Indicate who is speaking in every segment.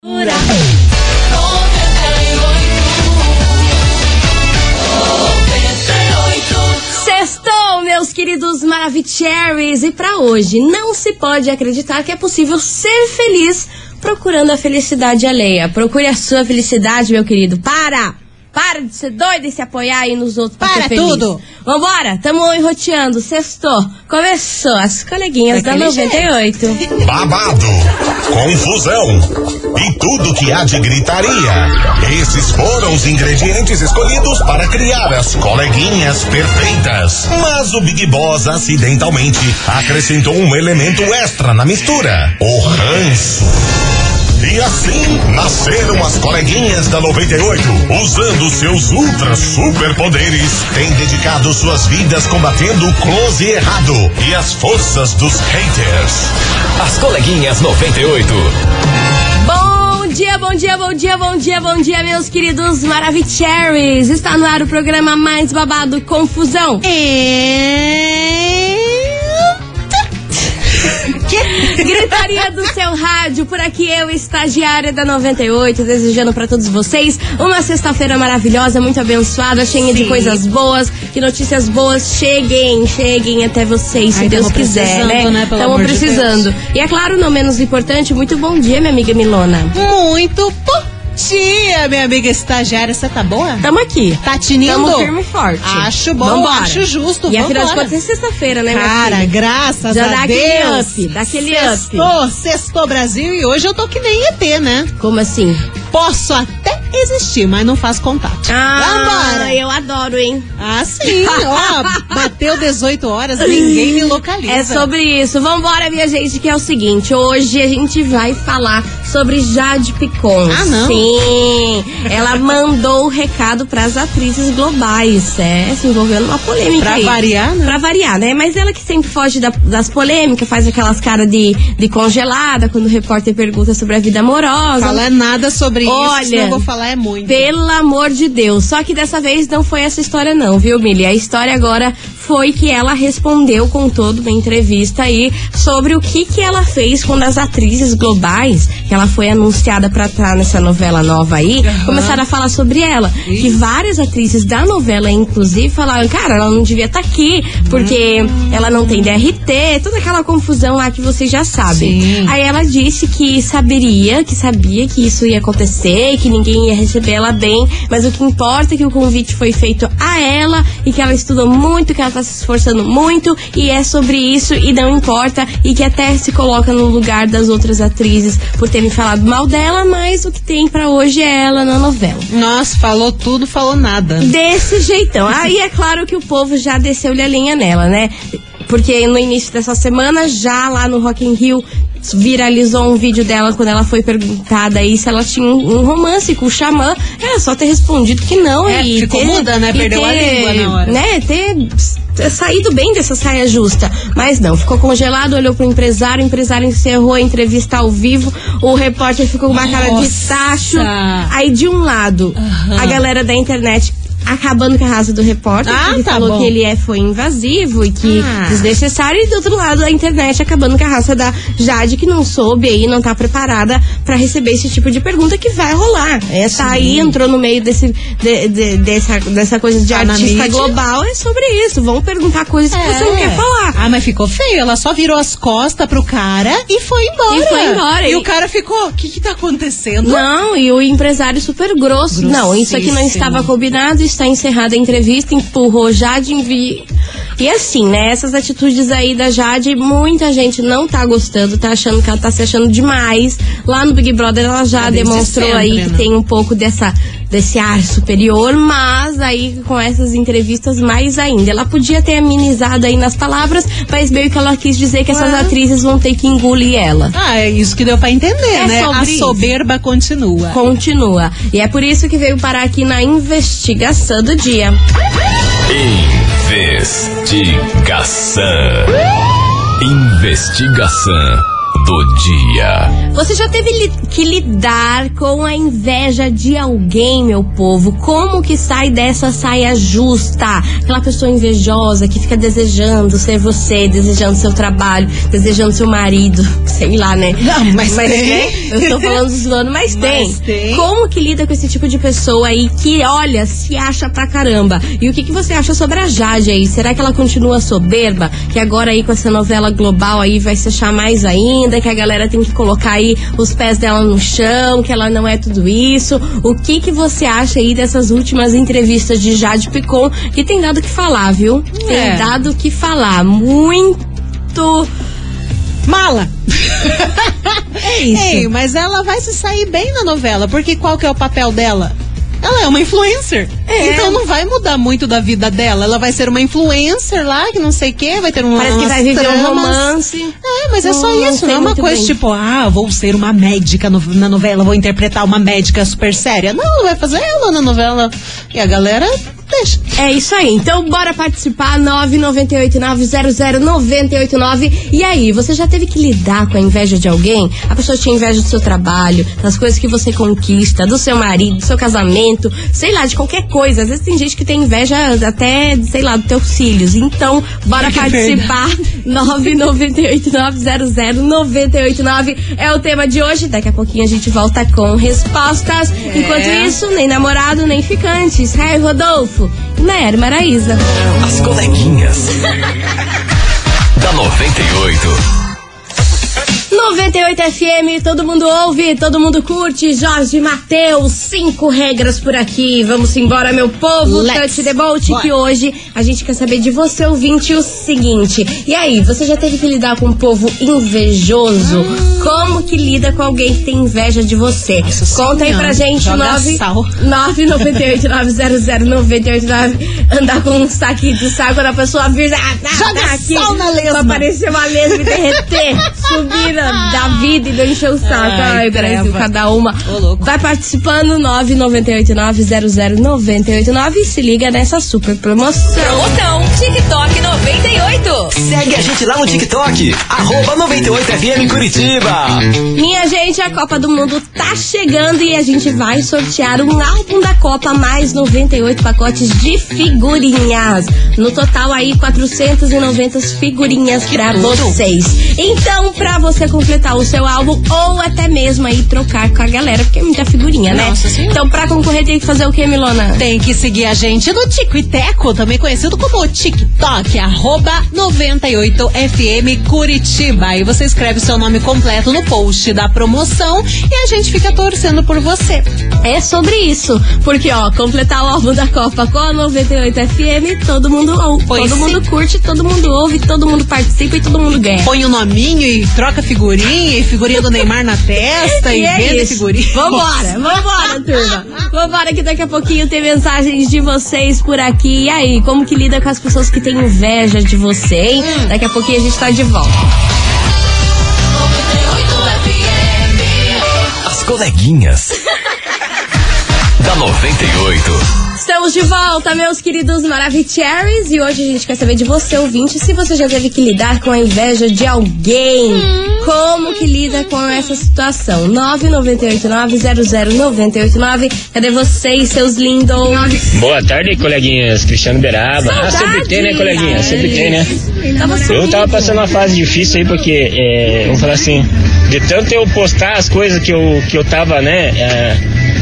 Speaker 1: Sextou, meus queridos Maravicheries, e pra hoje não se pode acreditar que é possível ser feliz procurando a felicidade alheia. Procure a sua felicidade, meu querido. Para de ser doido e se apoiar aí nos outros pra ser feliz. Tudo. Vambora, tamo enroteando, sextou. Começou as coleguinhas da 98.
Speaker 2: Babado, confusão e tudo que há de gritaria. Esses foram os ingredientes escolhidos para criar as coleguinhas perfeitas. Mas o Big Boss acidentalmente acrescentou um elemento extra na mistura: o ranço. E assim nasceram as coleguinhas da 98, usando seus ultra superpoderes, têm dedicado suas vidas combatendo o close errado e as forças dos haters.
Speaker 3: As coleguinhas 98.
Speaker 1: Bom dia, meus queridos Maravicheries. Está no ar o programa mais babado, Confusão. Gritaria do seu rádio, por aqui eu, estagiária da 98, desejando pra todos vocês uma sexta-feira maravilhosa, muito abençoada, cheia de coisas boas, que notícias boas cheguem até vocês, se Deus quiser, né? Estamos precisando. E é claro, não menos importante, muito bom dia, minha amiga Milona.
Speaker 4: Muito bom dia, minha amiga estagiária, você tá boa?
Speaker 1: Tamo aqui.
Speaker 4: Tá tinindo?
Speaker 1: Tamo firme e forte.
Speaker 4: Acho bom,
Speaker 1: vambora.
Speaker 4: Acho justo,
Speaker 1: e afinal de contas é sexta-feira, né,
Speaker 4: cara,
Speaker 1: minha filha?
Speaker 4: Graças
Speaker 1: já
Speaker 4: a Deus.
Speaker 1: Dá aquele up.
Speaker 4: Sextou Brasil e hoje eu tô que nem ET, né?
Speaker 1: Como assim?
Speaker 4: Posso até existir, mas não faço contato.
Speaker 1: Vambora. Eu adoro, hein?
Speaker 4: Ah, sim. Ó, bateu 18 horas, ninguém me localiza.
Speaker 1: É sobre isso. Vambora, minha gente, que é o seguinte, hoje a gente vai falar sobre Jade Picon.
Speaker 4: Ah, não?
Speaker 1: Sim. Ela mandou o recado pras atrizes globais, se envolvendo numa polêmica
Speaker 4: pra
Speaker 1: aí.
Speaker 4: Variar, né?
Speaker 1: Pra variar, né? Mas ela que sempre foge das polêmicas, faz aquelas caras de congelada quando o repórter pergunta sobre a vida amorosa.
Speaker 4: Fala nada sobre
Speaker 1: Olha,
Speaker 4: isso, senão eu vou falar é muito.
Speaker 1: Pelo amor de Deus. Só que dessa vez não foi essa história não, viu, Mili? A história agora foi que ela respondeu com toda uma entrevista aí sobre o que ela fez quando as atrizes globais, que ela foi anunciada pra estar nessa novela nova aí, começaram a falar sobre ela. Que várias atrizes da novela, inclusive, falaram, cara, ela não devia estar aqui, porque ela não tem DRT, toda aquela confusão lá que vocês já sabem.
Speaker 4: Sim.
Speaker 1: Aí ela disse que sabia que isso ia acontecer, que ninguém ia receber ela bem, mas o que importa é que o convite foi feito a ela e que ela estudou muito, que ela tá se esforçando muito e é sobre isso e não importa, e que até se coloca no lugar das outras atrizes por terem falado mal dela, mas o que tem pra hoje é ela na novela.
Speaker 4: Nossa, falou tudo, falou nada.
Speaker 1: Desse jeitão. Aí é claro que o povo já desceu-lhe a linha nela, né? Porque no início dessa semana, já lá no Rock in Rio, viralizou um vídeo dela quando ela foi perguntada aí se ela tinha um romance com o Xamã. Era só ter respondido que não. E
Speaker 4: ficou muda, né? Perdeu a língua na hora.
Speaker 1: Né? Ter saído bem dessa saia justa. Mas não, ficou congelado, olhou pro empresário, o empresário encerrou a entrevista ao vivo, o repórter ficou com uma cara de tacho. Aí de um lado, a galera da internet acabando com a raça do repórter, que falou que ele foi invasivo e que desnecessário, e do outro lado a internet acabando com a raça da Jade, que não soube aí, não tá preparada pra receber esse tipo de pergunta que vai rolar. Essa aí entrou no meio dessa coisa de artista global, é sobre isso, vão perguntar coisas que você não quer falar.
Speaker 4: Ah, mas ficou feio, ela só virou as costas pro cara e foi embora. E o cara ficou, o que tá acontecendo?
Speaker 1: Não, e o empresário super grosso. Não, isso aqui não estava combinado, está encerrada a entrevista, empurrou Jade e assim, né, essas atitudes aí da Jade, muita gente não tá gostando, tá achando que ela tá se achando demais. Lá no Big Brother ela já demonstrou sempre, aí, né, que tem um pouco desse ar superior, mas aí com essas entrevistas mais ainda. Ela podia ter amenizado aí nas palavras, mas meio que ela quis dizer que essas atrizes vão ter que engolir ela.
Speaker 4: É isso que deu pra entender, né? A soberba continua.
Speaker 1: Continua. E é por isso que veio parar aqui na investigação do dia.
Speaker 3: Investigação do dia.
Speaker 1: Você já teve que lidar com a inveja de alguém, meu povo? Como que sai dessa saia justa? Aquela pessoa invejosa que fica desejando ser você, desejando seu trabalho, desejando seu marido, sei lá, né?
Speaker 4: Não, mas tem.
Speaker 1: Eu tô falando zoando, mas tem. Como que lida com esse tipo de pessoa aí que, olha, se acha pra caramba? E o que você acha sobre a Jade aí? Será que ela continua soberba? Que agora aí com essa novela global aí vai se achar mais ainda, que a galera tem que colocar aí os pés dela no chão, que ela não é tudo isso. O que você acha aí dessas últimas entrevistas de Jade Picon, que tem dado o que falar, viu? Tem dado o que falar. Muito
Speaker 4: mala.
Speaker 1: É isso.
Speaker 4: Ei, mas ela vai se sair bem na novela, porque qual que é o papel dela? Ela é uma influencer. Então não vai mudar muito da vida dela. Ela vai ser uma influencer lá, que não sei o que, vai ter
Speaker 1: parece que vai viver um romance.
Speaker 4: Mas é só isso, não é uma coisa tipo, vou ser uma médica na novela, vou interpretar uma médica super séria. Não vai fazer ela na novela. E a galera deixa.
Speaker 1: É isso aí, então bora participar, 998900989. E aí, você já teve que lidar com a inveja de alguém? A pessoa tinha inveja do seu trabalho, das coisas que você conquista, do seu marido, do seu casamento, sei lá, de qualquer coisa. Às vezes tem gente que tem inveja até, sei lá, dos teus filhos. Então, bora participar, 998900989 é o tema de hoje. Daqui a pouquinho a gente volta com respostas. Enquanto isso, nem namorado, nem ficantes. Hey, Rodolfo, Mary Maraísa.
Speaker 3: As coleguinhas da 98.
Speaker 1: 98 FM, todo mundo ouve, todo mundo curte. Jorge Mateus, 5 regras por aqui. Vamos embora, meu povo. Touch the boat, que hoje a gente quer saber de você, ouvinte, o seguinte. E aí, você já teve que lidar com um povo invejoso? Como que lida com alguém que tem inveja de você? Conta aí pra gente, 998900989. Andar com um saquinho de sal quando a pessoa avisa,
Speaker 4: joga
Speaker 1: aqui,
Speaker 4: sal na lesma.
Speaker 1: pra aparecer uma lesma e derreter, subir da vida e não encher o saco. Ai, Brasil, cada uma. Vai participando, 998900989 e se liga nessa super promoção.
Speaker 5: Promotão TikTok 98.
Speaker 3: Segue a gente lá no TikTok, @98FM Curitiba.
Speaker 1: Minha gente, a Copa do Mundo tá chegando e a gente vai sortear um álbum da Copa mais 98 pacotes de figurinhas. No total aí 490 figurinhas pra vocês. Então, pra você completar o seu álbum ou até mesmo aí trocar com a galera, porque é muita figurinha, né? Então, pra concorrer tem que fazer o que, Milona?
Speaker 4: Tem que seguir a gente no Tico e Teco, também conhecido como TikTok, @98FM Curitiba. E você escreve seu nome completo no post da promoção e a gente fica torcendo por você.
Speaker 1: É sobre isso, porque completar o álbum da Copa com a 98 FM, todo mundo ouve, todo mundo curte, todo mundo ouve, todo mundo participa e todo mundo ganha.
Speaker 4: Põe o nominho e troca figurinha, e figurinha do Neymar na testa e vende figurinha.
Speaker 1: Vambora, turma. Vambora que daqui a pouquinho tem mensagens de vocês por aqui. E aí, como que lida com as pessoas que têm inveja de você, hein? Daqui a pouquinho a gente tá de volta.
Speaker 3: As coleguinhas da 98.
Speaker 1: Estamos de volta, meus queridos Maravicheries, e hoje a gente quer saber de você, ouvinte, se você já teve que lidar com a inveja de alguém. Como que lida com essa situação? 998900989. Cadê vocês, seus lindos?
Speaker 6: Boa tarde, coleguinhas. Cristiano Beraba. Sempre tem, né, coleguinha? Sempre tem, né? Eu tava passando uma fase difícil aí, porque, vamos falar assim, de tanto eu postar as coisas que eu tava, né,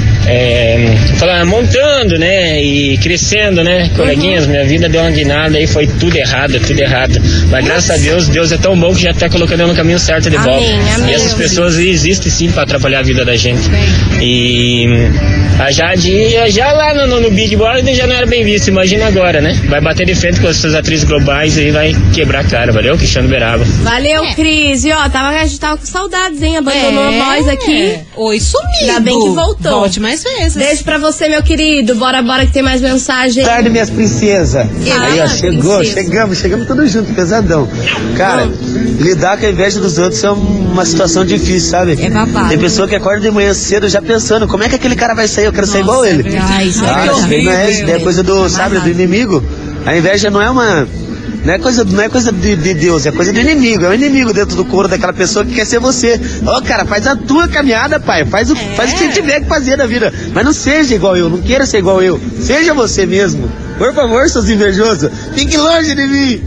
Speaker 6: montando, né, e crescendo, né, coleguinhas, minha vida deu uma guinada e foi tudo errado. Mas graças a Deus é tão bom que já tá colocando eu no caminho certo de volta. E essas pessoas existem sim pra atrapalhar a vida da gente. E a Jade, já lá no Big Brother já não era bem vista, imagina agora, né? Vai bater de frente com essas atrizes globais e vai quebrar a cara. Valeu, Cristiano Beraba.
Speaker 1: Valeu, Cris. E a gente tava com saudades, hein? Abandonou nós aqui.
Speaker 4: Oi, sumido.
Speaker 1: Ainda bem que voltou.
Speaker 4: Volte mais vezes.
Speaker 1: Beijo pra você, meu querido. Bora que tem mais mensagem.
Speaker 7: Boa tarde, minhas princesas. Aí, chegamos todos juntos, pesadão. Cara, lidar com a inveja dos outros é uma situação difícil, sabe?
Speaker 1: É babado.
Speaker 7: Tem pessoa que acorda de manhã cedo já pensando, como é que aquele cara vai sair? Eu quero sair igual ele.
Speaker 1: Isso
Speaker 7: não é coisa do, sabe, do inimigo. A inveja não é Não é coisa de Deus, é coisa do inimigo. É o inimigo dentro do couro daquela pessoa que quer ser você. Ô, cara, faz a tua caminhada, pai. Faz o que você tiver que fazer na vida. Mas não seja igual eu, não queira ser igual eu. Seja você mesmo. Por favor, seus invejosos, fique longe de mim.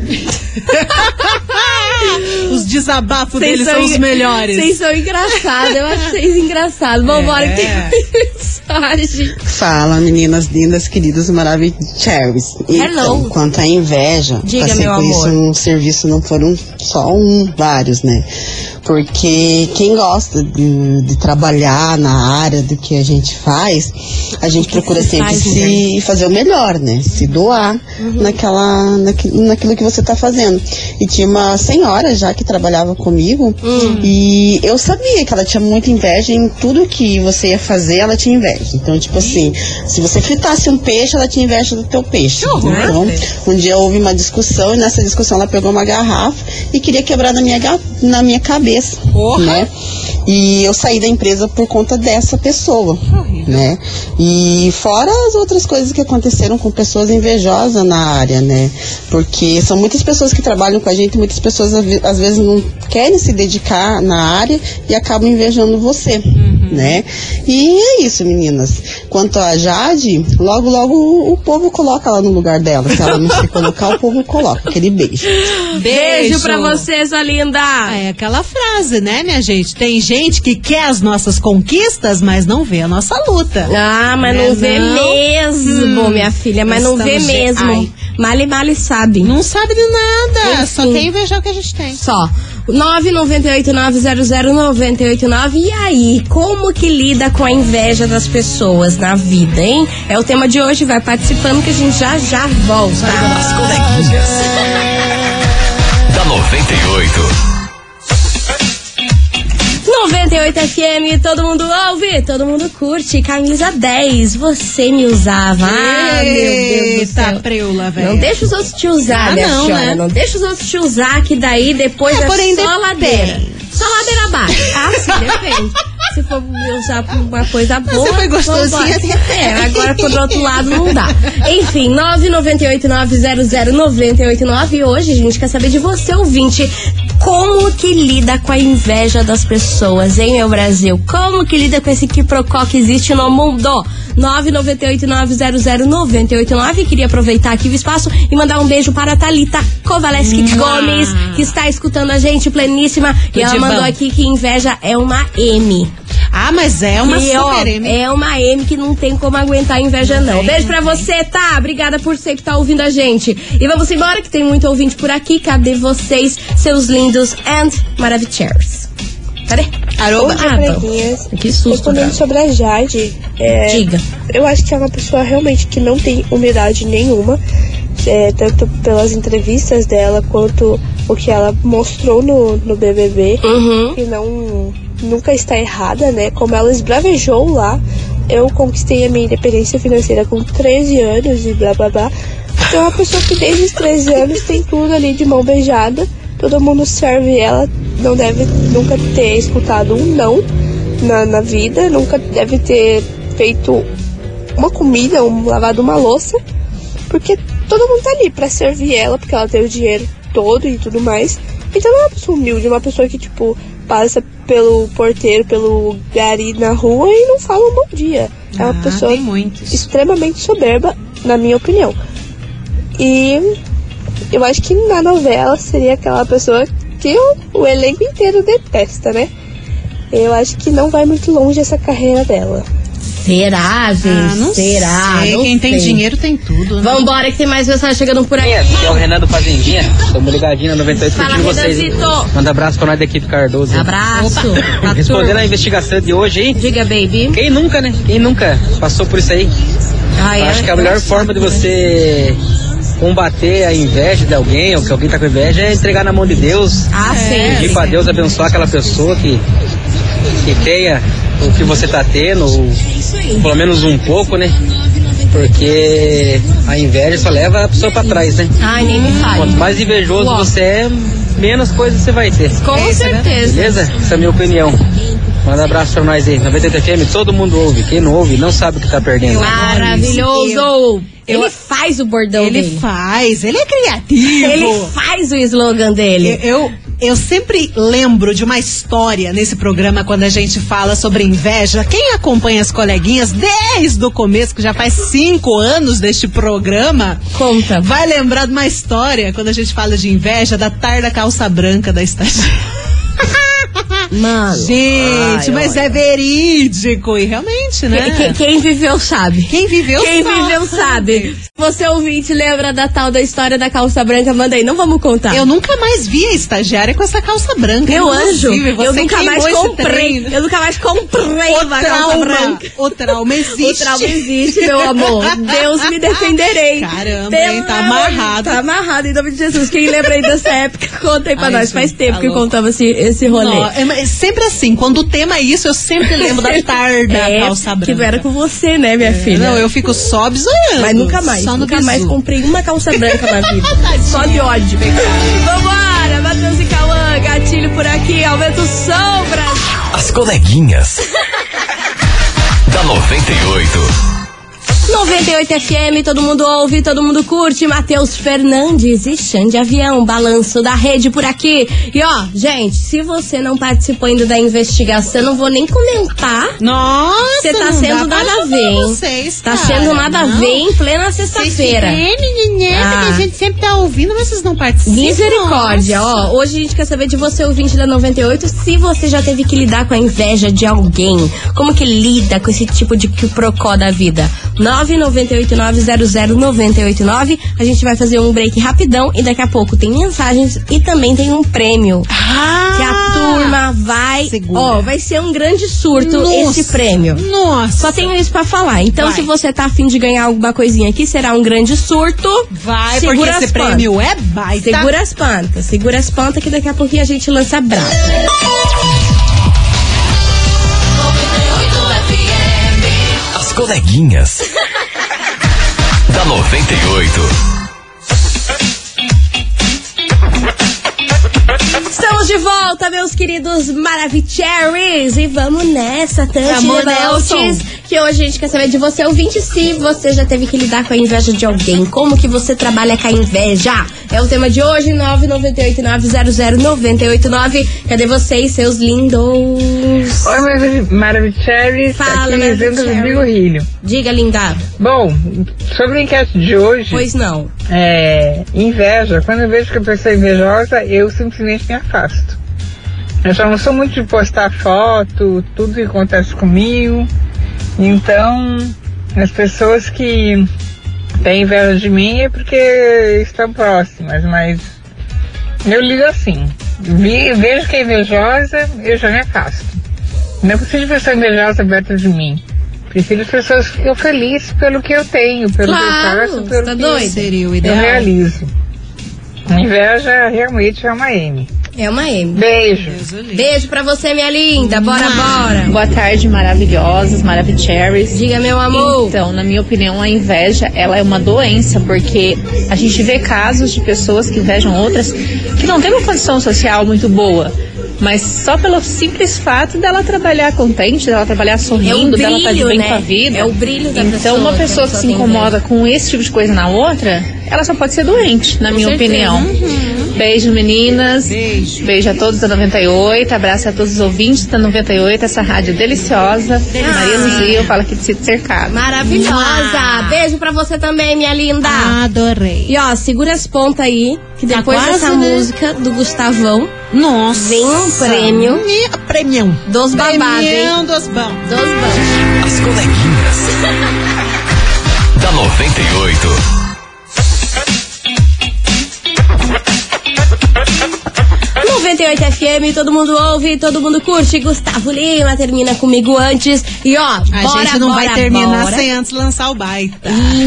Speaker 4: Os desabafos deles são os melhores.
Speaker 1: Vocês são engraçados, eu acho vocês engraçados. Vambora que tem mensagem.
Speaker 8: Fala, meninas lindas, queridas, maravilhosas. Então, quanto à inveja,
Speaker 1: diga,
Speaker 8: passei
Speaker 1: meu
Speaker 8: por
Speaker 1: amor.
Speaker 8: isso no serviço, não foram só vários, né? Porque quem gosta de trabalhar na área do que a gente faz, a gente procura sempre fazer o melhor, né? Se doar naquilo que você tá fazendo. E tinha uma senhora já que trabalhava comigo e eu sabia que ela tinha muita inveja em tudo que você ia fazer, ela tinha inveja. Então, tipo assim, se você fritasse um peixe, ela tinha inveja do teu peixe. Então, um dia houve uma discussão e nessa discussão ela pegou uma garrafa e queria quebrar na minha cabeça, né? E eu saí da empresa por conta dessa pessoa, né? E fora as outras coisas que aconteceram com pessoas invejosas na área, né? Porque são muitas pessoas que trabalham com a gente, muitas pessoas às vezes não querem se dedicar na área e acabam invejando você, né? E é isso, meninas. Quanto a Jade, logo o povo coloca ela no lugar dela. Se ela não se colocar, o povo coloca. Aquele beijo.
Speaker 1: Beijo pra você, sua linda.
Speaker 4: É aquela frase, né, minha gente? Tem gente que quer as nossas conquistas, mas não vê a nossa luta.
Speaker 1: Ah, mas não vê mesmo, minha filha. Mas não vê mesmo. Male sabe.
Speaker 4: Não sabe de nada. Só quer invejar o que a gente tem.
Speaker 1: Só. 998900989. E aí, como que lida com a inveja das pessoas na vida, hein? É o tema de hoje, vai participando que a gente já volta.
Speaker 3: As coleguinhas da 98.
Speaker 1: 98 FM, todo mundo ouve, todo mundo curte. Camisa 10, você me usava. Ah, meu Deus do céu.
Speaker 4: Preula, velho.
Speaker 1: Não deixa os outros te usar, minha senhora.
Speaker 4: Né?
Speaker 1: Não deixa os outros te usar, que daí depois é só ladeira. Só ladeira abaixo. Ah, sim, depende. Se for usar pra uma coisa boa,
Speaker 4: você foi gostosinha.
Speaker 1: Agora por outro lado não dá. Enfim, 998900989. E hoje a gente quer saber de você, ouvinte, como que lida com a inveja das pessoas, hein, meu Brasil? Como que lida com esse quiprocó que existe no mundo? 998900989. Queria aproveitar aqui o espaço e mandar um beijo para a Thalita Kovaleski Gomes, que está escutando a gente, pleníssima. E ela mandou aqui que inveja é uma M.
Speaker 4: Ah, mas é uma super M.
Speaker 1: É uma M que não tem como aguentar a inveja, não. Beijo pra você, tá? Obrigada por sempre estar ouvindo a gente. E vamos embora, que tem muito ouvinte por aqui. Cadê vocês, seus lindos and maravilhosos? Cadê?
Speaker 9: Arroba.
Speaker 1: Que susto,
Speaker 9: respondendo sobre a Jade,
Speaker 1: diga.
Speaker 9: Eu acho que é uma pessoa realmente que não tem humildade nenhuma, tanto pelas entrevistas dela quanto o que ela mostrou no BBB, e nunca está errada, né? Como ela esbravejou lá, eu conquistei a minha independência financeira com 13 anos e blá blá blá. Então é uma pessoa que desde os 13 anos tem tudo ali de mão beijada, todo mundo serve ela, não deve nunca ter escutado um não na vida, nunca deve ter feito uma comida, lavado uma louça, porque todo mundo tá ali pra servir ela, porque ela tem o dinheiro todo e tudo mais. Então não é uma pessoa humilde, é uma pessoa que, tipo, passa pelo porteiro, pelo gari na rua e não fala um bom dia. É uma pessoa extremamente soberba, na minha opinião. E eu acho que na novela seria aquela pessoa que o elenco inteiro detesta, né? Eu acho que não vai muito longe essa carreira dela.
Speaker 1: Será, gente?
Speaker 4: Não
Speaker 1: Será?
Speaker 4: sei.
Speaker 1: Não
Speaker 4: Quem tem
Speaker 1: sei.
Speaker 4: dinheiro tem tudo, né?
Speaker 1: Vambora, que tem mais mensagem chegando por aí.
Speaker 10: Aqui é o Renan do Fazendinha. Estamos ligadinhos na 98
Speaker 1: Fala,
Speaker 10: de vocês.
Speaker 1: Renanzito.
Speaker 10: Manda abraço pra nós da equipe Cardoso.
Speaker 1: Abraço.
Speaker 10: Respondendo a investigação de hoje aí.
Speaker 1: Diga, baby.
Speaker 10: Quem nunca, né? Quem nunca passou por isso aí? Acho que a melhor forma de você combater a inveja de alguém, ou que alguém tá com inveja, é entregar na mão de Deus.
Speaker 1: Sim.
Speaker 10: Pedir pra Deus abençoar aquela pessoa que tenha o que você tá tendo, ou pelo menos um pouco, né? Porque a inveja só leva a pessoa pra trás, né?
Speaker 1: Ai, nem me fale.
Speaker 10: Quanto mais invejoso você é, menos coisas você vai ter.
Speaker 1: Com certeza.
Speaker 10: Beleza? Essa é a minha opinião. Manda um abraço pra nós aí. 98 FM, todo mundo ouve. Quem não ouve, não sabe o que tá perdendo.
Speaker 1: Maravilhoso! Ele faz o bordão dele.
Speaker 4: Ele faz, ele é criativo.
Speaker 1: Ele faz o slogan dele.
Speaker 4: Eu sempre lembro de uma história nesse programa quando a gente fala sobre inveja. Quem acompanha as coleguinhas desde o começo, que já faz 5 anos deste programa,
Speaker 1: conta,
Speaker 4: vai lembrar de uma história quando a gente fala de inveja da tarda calça branca da estagiária.
Speaker 1: Mano.
Speaker 4: Gente, mas é verídico. E realmente, né?
Speaker 1: Quem viveu sabe.
Speaker 4: Quem viveu
Speaker 1: sabe. Você ouvinte lembra da tal da história da calça branca? Manda aí, não vamos contar.
Speaker 4: Eu nunca mais vi a estagiária com essa calça branca.
Speaker 1: Meu anjo, eu nunca mais comprei. Eu nunca mais comprei uma calça branca.
Speaker 4: O trauma existe.
Speaker 1: O trauma existe, meu amor. Deus me defenderei.
Speaker 4: Caramba, hein? Tá amarrado.
Speaker 1: Tá amarrado, em nome de Jesus. Quem lembra aí dessa época, conta aí pra nós. Gente, faz tempo que contamos esse rolê.
Speaker 4: Não, é sempre assim, quando o tema é isso, eu sempre lembro da tarda calça branca.
Speaker 1: Que não era com você, né, minha filha?
Speaker 4: Não, eu fico só absorvendo.
Speaker 1: Mas nunca mais. Nunca mais comprei uma calça branca na vida. Só de ódio. Vambora, Matheus e Cauã, gatilho por aqui, aumenta o som, Brasil.
Speaker 3: As coleguinhas da 98.
Speaker 1: 98 FM, todo mundo ouve, todo mundo curte. Matheus Fernandes e Xande Avião, balanço da rede por aqui. E ó, gente, se você não participou ainda da investigação, eu não vou nem comentar.
Speaker 4: Nossa,
Speaker 1: você tá sendo nada a ver, hein?
Speaker 4: Vocês,
Speaker 1: tá sendo nada a ver em plena sexta-feira.
Speaker 4: A gente sempre tá ouvindo, mas vocês não participam.
Speaker 1: Misericórdia,
Speaker 4: nossa.
Speaker 1: Ó, hoje a gente quer saber de você, ouvinte da 98, se você já teve que lidar com a inveja de alguém. Como que lida com esse tipo de quiprocó da vida? 998900989. A gente vai fazer um break rapidão e daqui a pouco tem mensagens e também tem um prêmio. Que a turma vai... Ó, vai ser um grande surto esse prêmio.
Speaker 4: Nossa.
Speaker 1: Só tenho isso pra falar. Então, se você tá afim de ganhar alguma coisinha aqui, será um grande surto.
Speaker 4: Vai, porque esse prêmio é baita.
Speaker 1: Segura as pantas que daqui a pouquinho a gente lança brava.
Speaker 3: As coleguinhas da 98.
Speaker 1: Estamos de volta, meus queridos Maravicheries. E vamos nessa, Tantes, que hoje a gente quer saber de você, ouvinte, se você já teve que lidar com a inveja de alguém. Como que você trabalha com a inveja? É o tema de hoje, 998900989. Cadê vocês, seus lindos?
Speaker 11: Oi, Maravicheries.
Speaker 1: Fala,
Speaker 11: Maravicheries.
Speaker 1: Diga, linda.
Speaker 11: Bom, sobre a enquete de hoje...
Speaker 1: Pois não.
Speaker 11: Inveja. Quando eu vejo que a pessoa é invejosa, eu simplesmente me afasto. Eu já não sou muito de postar foto, tudo que acontece comigo. Então, as pessoas que têm inveja de mim é porque estão próximas, mas eu lido assim. Vejo que é invejosa, eu já me afasto. Não preciso de pessoa invejosa perto de mim. Prefiro as pessoas que ficam felizes pelo que eu tenho, pelo que eu faço, pelo que eu realizo. Inveja realmente é uma M.
Speaker 1: É uma M.
Speaker 11: Beijo.
Speaker 1: Beijo pra você, minha linda. Bora.
Speaker 12: Boa tarde, maravilhosas, Maravicheries.
Speaker 1: Diga, meu amor.
Speaker 12: Então, na minha opinião, a inveja, ela é uma doença, porque a gente vê casos de pessoas que invejam outras que não têm uma condição social muito boa. Mas só pelo simples fato dela trabalhar contente, dela trabalhar sorrindo, dela estar de bem com a vida.
Speaker 1: É o brilho da pessoa.
Speaker 12: Então, uma pessoa que se incomoda com esse tipo de coisa na outra, ela só pode ser doente, na minha opinião. Beijo, meninas. Beijo a todos da 98. Abraço a todos os ouvintes da 98. Essa rádio deliciosa. Maria Luzia, eu falo aqui de Sítio Cercado.
Speaker 1: Maravilhosa. Beijo pra você também, minha linda.
Speaker 4: Adorei.
Speaker 1: E ó, segura as pontas aí, que depois dessa música do Gustavão, vem um prêmio.
Speaker 4: Prêmio
Speaker 1: dos babados, hein?
Speaker 4: Dos bons.
Speaker 3: As coleguinhas da 98.
Speaker 1: 98 FM, todo mundo ouve, todo mundo curte. Gustavo Lima termina comigo antes. E ó,
Speaker 4: a gente não vai terminar sem antes lançar o baita.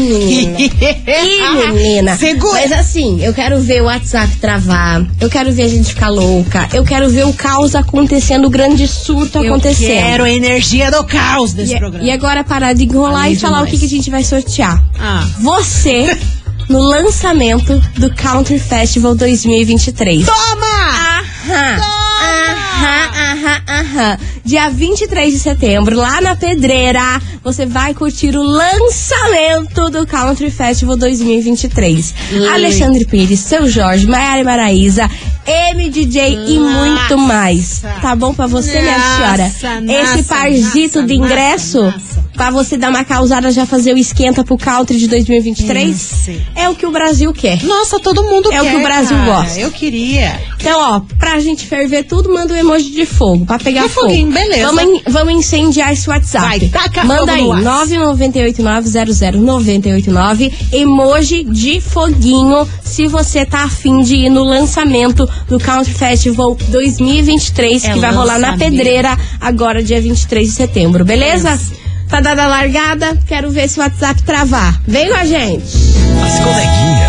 Speaker 1: Menina.
Speaker 4: Segura.
Speaker 1: Mas assim, eu quero ver o WhatsApp travar. Eu quero ver a gente ficar louca. Eu quero ver o caos acontecendo, o grande surto acontecendo.
Speaker 4: Eu quero a energia do caos desse programa.
Speaker 1: E agora parar de enrolar e falar o que a gente vai sortear. Você... no lançamento do Country Festival 2023.
Speaker 4: Toma!
Speaker 1: Aham. dia 23 de setembro, lá na Pedreira, você vai curtir o lançamento do Country Festival 2023. Alexandre Pires, Seu Jorge, Maiara e Maraísa, MDJ e muito mais. Tá bom pra você, minha senhora? Esse parzito de ingresso, pra você dar uma causada, já fazer o esquenta pro Country de 2023, é o que o Brasil quer.
Speaker 4: Nossa, todo mundo quer.
Speaker 1: É o que o Brasil gosta.
Speaker 4: Eu queria.
Speaker 1: Então, ó, pra gente ferver tudo, manda um emoji de fogo, pra pegar fogo.
Speaker 4: Beleza.
Speaker 1: Vamos incendiar esse WhatsApp.
Speaker 4: Vai, taca
Speaker 1: manda aí,
Speaker 4: fogo no
Speaker 1: 998900989, emoji de foguinho, se você tá afim de ir no lançamento do Country Festival 2023, que vai rolar na Pedreira, agora dia 23 de setembro, beleza? Tá dada a largada, quero ver esse WhatsApp travar. Vem com a gente.
Speaker 3: As coleguinhas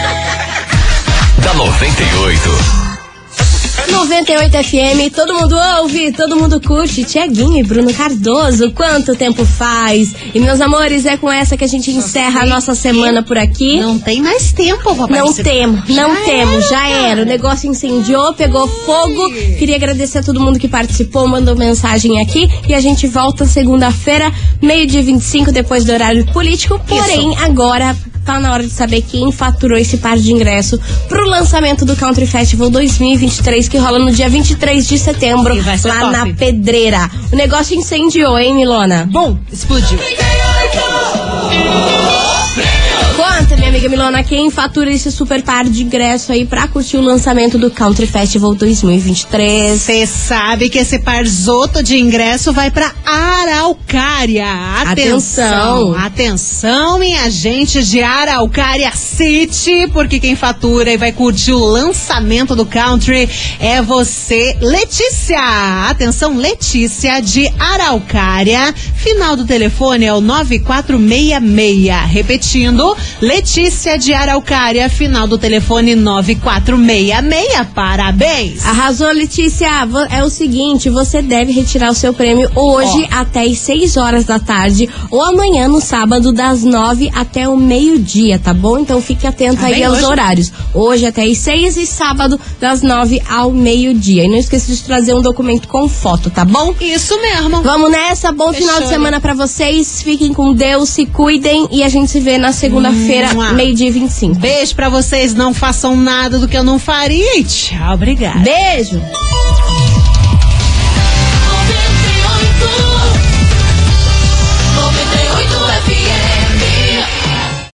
Speaker 3: da 98.
Speaker 1: 98 FM, todo mundo ouve, todo mundo curte. Tiaguinho e Bruno Cardoso, quanto tempo faz? E meus amores, é com essa que a gente encerra a nossa semana por aqui.
Speaker 4: Não tem mais tempo, papai.
Speaker 1: Não temos, já era. O negócio incendiou, pegou fogo. Queria agradecer a todo mundo que participou, mandou mensagem aqui. E a gente volta segunda-feira, 12h25, depois do horário político. Porém, agora tá na hora de saber quem faturou esse par de ingresso pro lançamento do Country Festival 2023, que rola no dia 23 de setembro, lá na Pedreira. O negócio incendiou, hein, Milona?
Speaker 4: Bom, explodiu.
Speaker 1: Conta, minha amiga Milona, quem fatura esse super par de ingresso aí pra curtir o lançamento do Country Festival 2023?
Speaker 4: Você sabe que esse parzoto de ingresso vai pra Araucária. Atenção, minha gente de Araucária City, porque quem fatura e vai curtir o lançamento do Country é você, Letícia. Atenção, Letícia de Araucária. Final do telefone é o 9466. Repetindo, Letícia de Araucária, final do telefone 9466. Parabéns!
Speaker 1: Arrasou, Letícia. É o seguinte, você deve retirar o seu prêmio hoje até as 6 horas da tarde ou amanhã no sábado das 9 até o meio-dia, tá bom? Então fique atento aí aos horários. Hoje até as 6 e sábado das 9 ao meio-dia. E não esqueça de trazer um documento com foto, tá bom?
Speaker 4: Isso mesmo.
Speaker 1: Vamos nessa, bom final de semana pra vocês. Fiquem com Deus, se cuidem e a gente se vê na segunda-feira, meio-dia 25.
Speaker 4: Beijo pra vocês, não façam nada do que eu não faria e tchau, obrigada.
Speaker 1: Beijo.
Speaker 5: 98